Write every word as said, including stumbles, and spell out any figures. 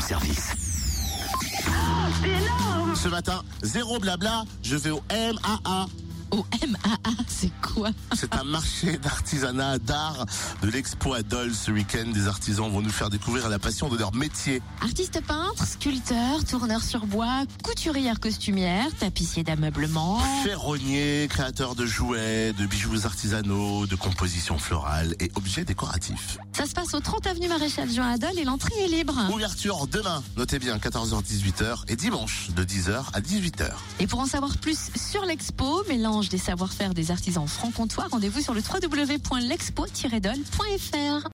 service. C'est énorme. Ce matin, zéro blabla, je vais au M A A. Au M A A, c'est quoi? C'est un marché d'artisanat, d'art, de l'expo à Dole ce week-end. Des artisans vont nous faire découvrir la passion de leur métier. Artistes peintres, sculpteurs, tourneurs sur bois, couturières costumières, tapissiers d'ameublement. Ferronniers, créateurs de jouets, de bijoux artisanaux, de compositions florales et objets décoratifs. Ça se passe au trente avenue Maréchal Juin à Dole et l'entrée est libre. Ouverture demain, notez bien, quatorze heures dix-huit heures et dimanche de dix heures à dix-huit heures. Et pour en savoir plus sur l'expo, mélange des savoir-faire des artisans franc-comtois, rendez-vous sur le w w w point l'expo tiret dole point f r.